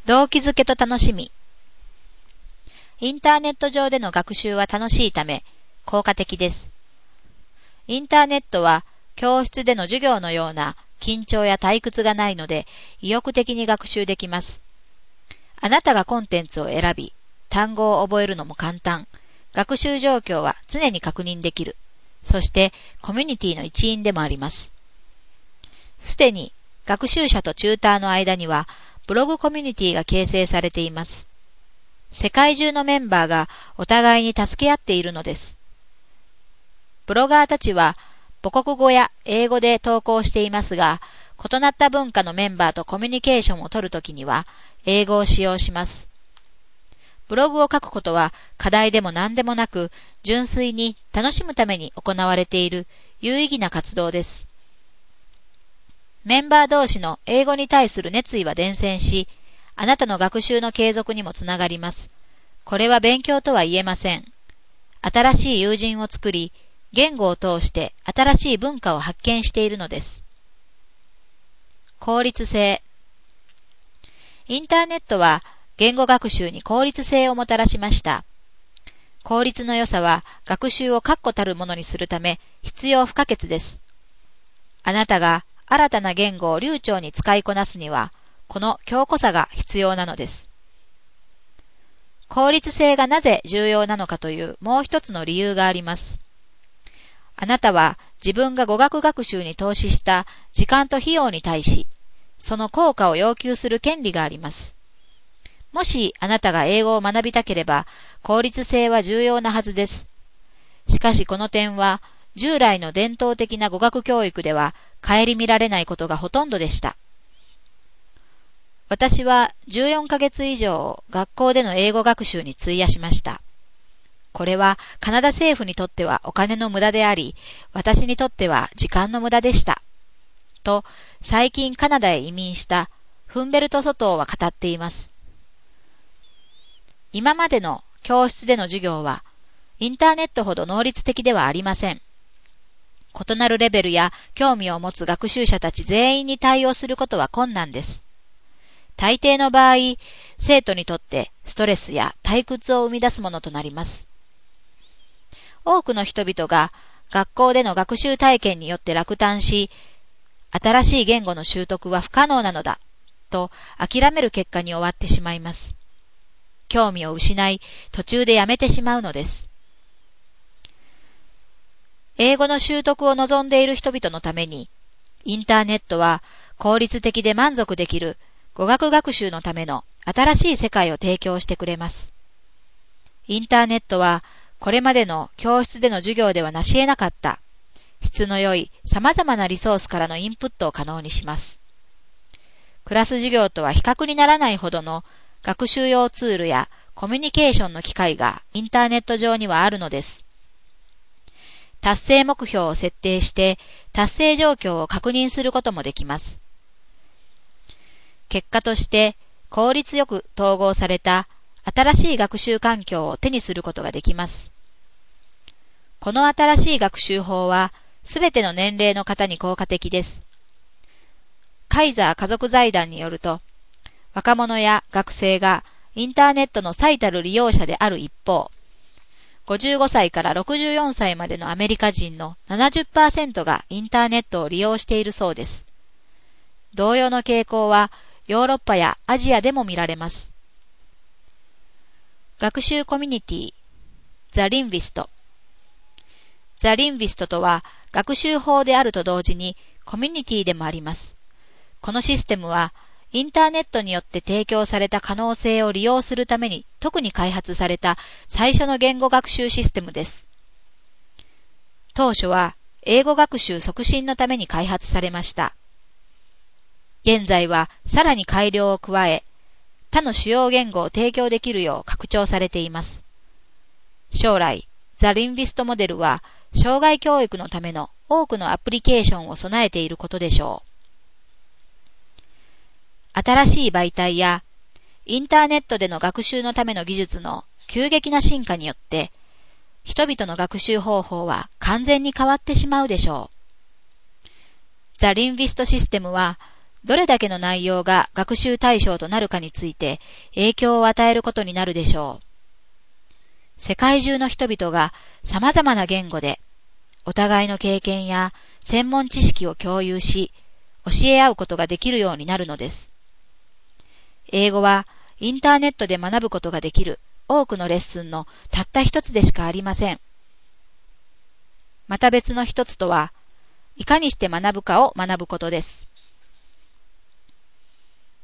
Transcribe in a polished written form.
動機づけと楽しみ。インターネット上での学習は楽しいため、効果的です。インターネットは教室での授業のような緊張や退屈がないので、意欲的に学習できます。あなたがコンテンツを選び、単語を覚えるのも簡単。学習状況は常に確認できる。そしてコミュニティの一員でもあります。すでに学習者とチューターの間にはブログコミュニティが形成されています。世界中のメンバーがお互いに助け合っているのです。ブロガーたちは母国語や英語で投稿していますが、異なった文化のメンバーとコミュニケーションを取るときには英語を使用します。ブログを書くことは課題でも何でもなく、純粋に楽しむために行われている有意義な活動です。メンバー同士の英語に対する熱意は伝染し、あなたの学習の継続にもつながります。これは勉強とは言えません。新しい友人を作り、言語を通して新しい文化を発見しているのです。効率性。インターネットは言語学習に効率性をもたらしました。効率の良さは学習を確固たるものにするため必要不可欠です。あなたが新たな言語を流暢に使いこなすには、この強固さが必要なのです。効率性がなぜ重要なのかというもう一つの理由があります。あなたは自分が語学学習に投資した時間と費用に対し、その効果を要求する権利があります。もしあなたが英語を学びたければ、効率性は重要なはずです。しかしこの点は、従来の伝統的な語学教育では顧みられないことがほとんどでした。私は14ヶ月以上を学校での英語学習に費やしました。これはカナダ政府にとってはお金の無駄であり、私にとっては時間の無駄でした。と、最近カナダへ移民したフンベルト・ソトーは語っています。今までの教室での授業は、インターネットほど能率的ではありません。異なるレベルや興味を持つ学習者たち全員に対応することは困難です。大抵の場合、生徒にとってストレスや退屈を生み出すものとなります。多くの人々が学校での学習体験によって落胆し、新しい言語の習得は不可能なのだ、と諦める結果に終わってしまいます。興味を失い、途中でやめてしまうのです。英語の習得を望んでいる人々のために、インターネットは効率的で満足できる語学学習のための新しい世界を提供してくれます。インターネットはこれまでの教室での授業では成し得なかった質の良い様々なリソースからのインプットを可能にします。クラス授業とは比較にならないほどの学習用ツールやコミュニケーションの機会がインターネット上にはあるのです。達成目標を設定して達成状況を確認することもできます。結果として効率よく統合された新しい学習環境を手にすることができます。この新しい学習法はすべての年齢の方に効果的です。カイザー家族財団によると、若者や学生がインターネットの最たる利用者である一方、55歳から64歳までのアメリカ人の 70% がインターネットを利用しているそうです。同様の傾向はヨーロッパやアジアでも見られます。学習コミュニティ、ザ・リンビスト。ザ・リンビストとは学習法であると同時にコミュニティでもあります。このシステムはインターネットによって提供された可能性を利用するために特に開発された最初の言語学習システムです。当初は英語学習促進のために開発されました。現在はさらに改良を加え、他の主要言語を提供できるよう拡張されています。将来、ザ・リンビストモデルは障害教育のための多くのアプリケーションを備えていることでしょう。新しい媒体やインターネットでの学習のための技術の急激な進化によって、人々の学習方法は完全に変わってしまうでしょう。ザ・リンビストシステムはどれだけの内容が学習対象となるかについて影響を与えることになるでしょう。世界中の人々が様々な言語でお互いの経験や専門知識を共有し、教え合うことができるようになるのです。英語はインターネットで学ぶことができる多くのレッスンのたった一つでしかありません。また別の一つとは、いかにして学ぶかを学ぶことです。